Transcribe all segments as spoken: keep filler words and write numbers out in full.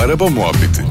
Araba Muhabbeti.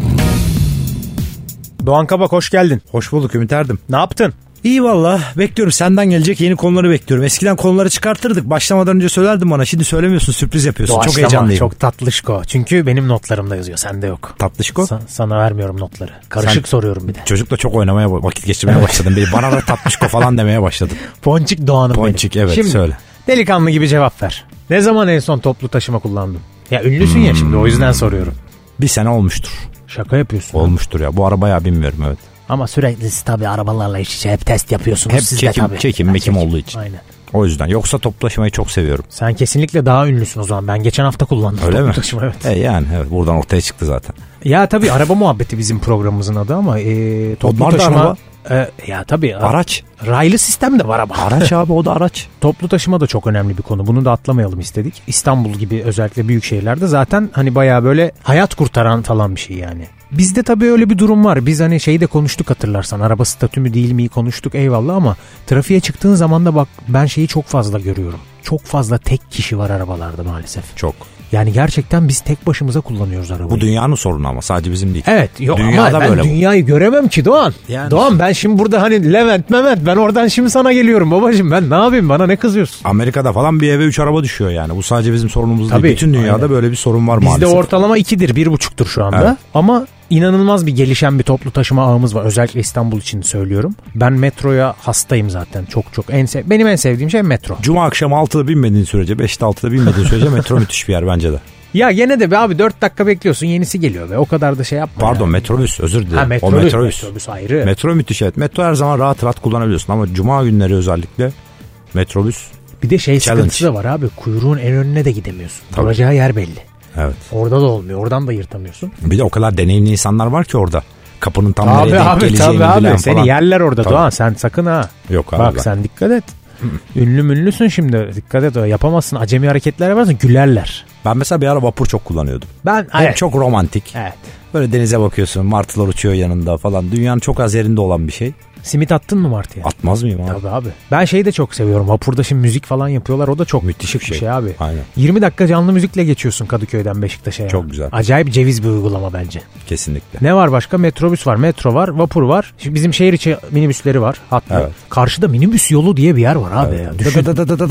Doğan Kabak, hoş geldin. Hoş bulduk Ümit Erdem. Ne yaptın? İyi valla, bekliyorum, senden gelecek yeni konuları bekliyorum. Eskiden konuları çıkartırdık, başlamadan önce söylerdin bana, şimdi söylemiyorsun, sürpriz yapıyorsun. Doğaçlama, çok heyecanlıyım. Çok tatlışko, çünkü benim notlarımda yazıyor, sende yok. Tatlışko? Sa- sana vermiyorum notları, karışık Sen soruyorum bir de. Çocukla çok oynamaya, vakit geçirmeye başladın. Bana da tatlışko falan demeye başladın. Ponçik Doğan'ım Ponçik, benim. evet, şimdi, söyle. Delikanlı gibi cevap ver. Ne zaman en son toplu taşıma kullandın? Ya ünlüsün hmm. ya şimdi, o yüzden soruyorum. Bir sene olmuştur. Şaka yapıyorsun. Olmuştur ha. ya, bu arabaya binmiyorum, evet. Ama sürekli tabii arabalarla iç içe hep test yapıyorsunuz. Hep siz çekim, de tabii. çekim, mekim olduğu için. Aynen. O yüzden. Yoksa toplu taşımayı çok seviyorum. Sen kesinlikle daha ünlüsün o zaman. Ben geçen hafta kullandım. Öyle toplu mi? Taşıma, evet. E yani evet, buradan ortaya çıktı zaten. Ya tabii araba muhabbeti bizim programımızın adı ama e, toplu Onlar taşıma... araba. E, ya tabii. Araç. Raylı sistem de var ama. Araç abi, o da araç. Toplu taşıma da çok önemli bir konu. Bunu da atlamayalım istedik. İstanbul gibi özellikle büyük şehirlerde zaten hani bayağı böyle hayat kurtaran falan bir şey yani. Bizde tabii öyle bir durum var. Biz hani şeyi de konuştuk, hatırlarsan. Araba statü mü değil mi konuştuk, eyvallah, ama trafiğe çıktığın zaman da bak, ben şeyi çok fazla görüyorum. Çok fazla tek kişi var arabalarda maalesef. Çok. Yani gerçekten biz tek başımıza kullanıyoruz arabayı. Bu dünyanın sorunu ama sadece bizim değil. Evet, yok dünyada ama ben böyle dünyayı bu. göremem ki Doğan. Yani. Doğan, ben şimdi burada hani Levent, Mehmet, ben oradan şimdi sana geliyorum babacığım, ben ne yapayım, bana ne kızıyorsun? Amerika'da falan bir eve üç araba düşüyor yani. Bu sadece bizim sorunumuz Tabii, değil. Bütün dünyada aynen. böyle bir sorun var Bizde maalesef. Bizde ortalama ikidir, bir buçuktur şu anda. Evet. Ama inanılmaz bir gelişen bir toplu taşıma ağımız var. Özellikle İstanbul için söylüyorum. Ben metroya hastayım zaten. Çok çok. En sev- Benim en sevdiğim şey metro. Cuma akşamı altıda binmediğin sürece, beşte altıda binmediğin sürece metro müthiş bir yer bence de. Ya gene de be abi, dört dakika bekliyorsun, yenisi geliyor be. O kadar da şey yapma. Pardon yani. Metrobüs, özür dilerim. Ha, metrobüs, o metrobüs. metrobüs ayrı. Metro müthiş, evet. Metro her zaman rahat rahat kullanabiliyorsun ama cuma günleri özellikle metrobüs. Bir de şey challenge. Sıkıntısı da var abi. Kuyruğun en önüne de gidemiyorsun. Tabii. Duracağı yer belli. Evet. Orada da olmuyor. Oradan da yırtamıyorsun. Bir de o kadar deneyimli insanlar var ki orada. Kapının tam tabii nereye denk abi, geleceğini tabii bilen abi. falan. Seni yerler orada tabii. Doğan, sen sakın ha. Yok abi. Bak ben. sen dikkat et. Ünlü münlüsün şimdi, dikkat et, yapamazsın, acemi hareketler yaparsın, gülerler. Ben mesela bir ara vapur çok kullanıyordum. Ben Hem evet. çok romantik. Evet. Böyle denize bakıyorsun, martılar uçuyor yanında falan. Dünyanın çok az yerinde olan bir şey. Simit attın mı martıya? Atmaz mıyım abi? Tabii abi. Ben şeyi de çok seviyorum. Vapurda şimdi müzik falan yapıyorlar. O da çok müthiş bir şey. şey abi. Aynen. yirmi dakika canlı müzikle geçiyorsun Kadıköy'den Beşiktaş'a. Çok ya. güzel. Acayip ceviz bir uygulama bence. Kesinlikle. Ne var başka? Metrobüs var, metro var, vapur var. Şimdi bizim şehir içi minibüsleri var. Hatta evet. Karşıda minibüs yolu diye bir yer var abi. Evet. Ya. Düşün.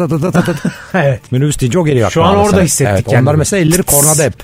Evet. Minibüs deyince o geliyor. Şu an orada mesela. hissettik evet, kendimi. Onlar mesela elleri kornada hep.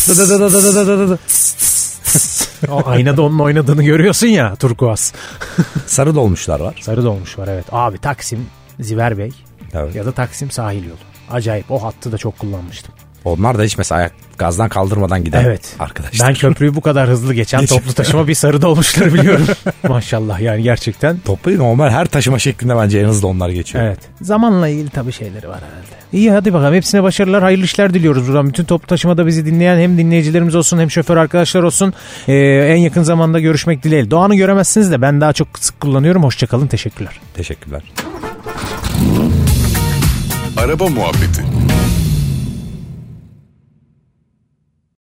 O aynada onun oynadığını görüyorsun ya, turkuaz. Sarı dolmuşlar var. Sarı dolmuş var, evet. Abi Taksim Ziverbey, evet. Ya da Taksim sahil yolu. Acayip, o hattı da çok kullanmıştım. Onlar da hiç mesela ayak gazdan kaldırmadan giden evet. arkadaşlar. Ben köprüyü bu kadar hızlı geçen toplu taşıma bir sarı dolmuşları biliyorum. Maşallah yani gerçekten. Toplu normal her taşıma şeklinde bence en hızlı onlar geçiyor. Evet. Zamanla ilgili tabii şeyleri var herhalde. İyi, hadi bakalım, hepsine başarılar, hayırlı işler diliyoruz buradan. Bütün toplu taşımada bizi dinleyen hem dinleyicilerimiz olsun hem şoför arkadaşlar olsun. Ee, en yakın zamanda görüşmek dileğiyle. Doğan'ı göremezsiniz de ben daha çok sık kullanıyorum. Hoşçakalın, teşekkürler. Teşekkürler. Araba Muhabbeti.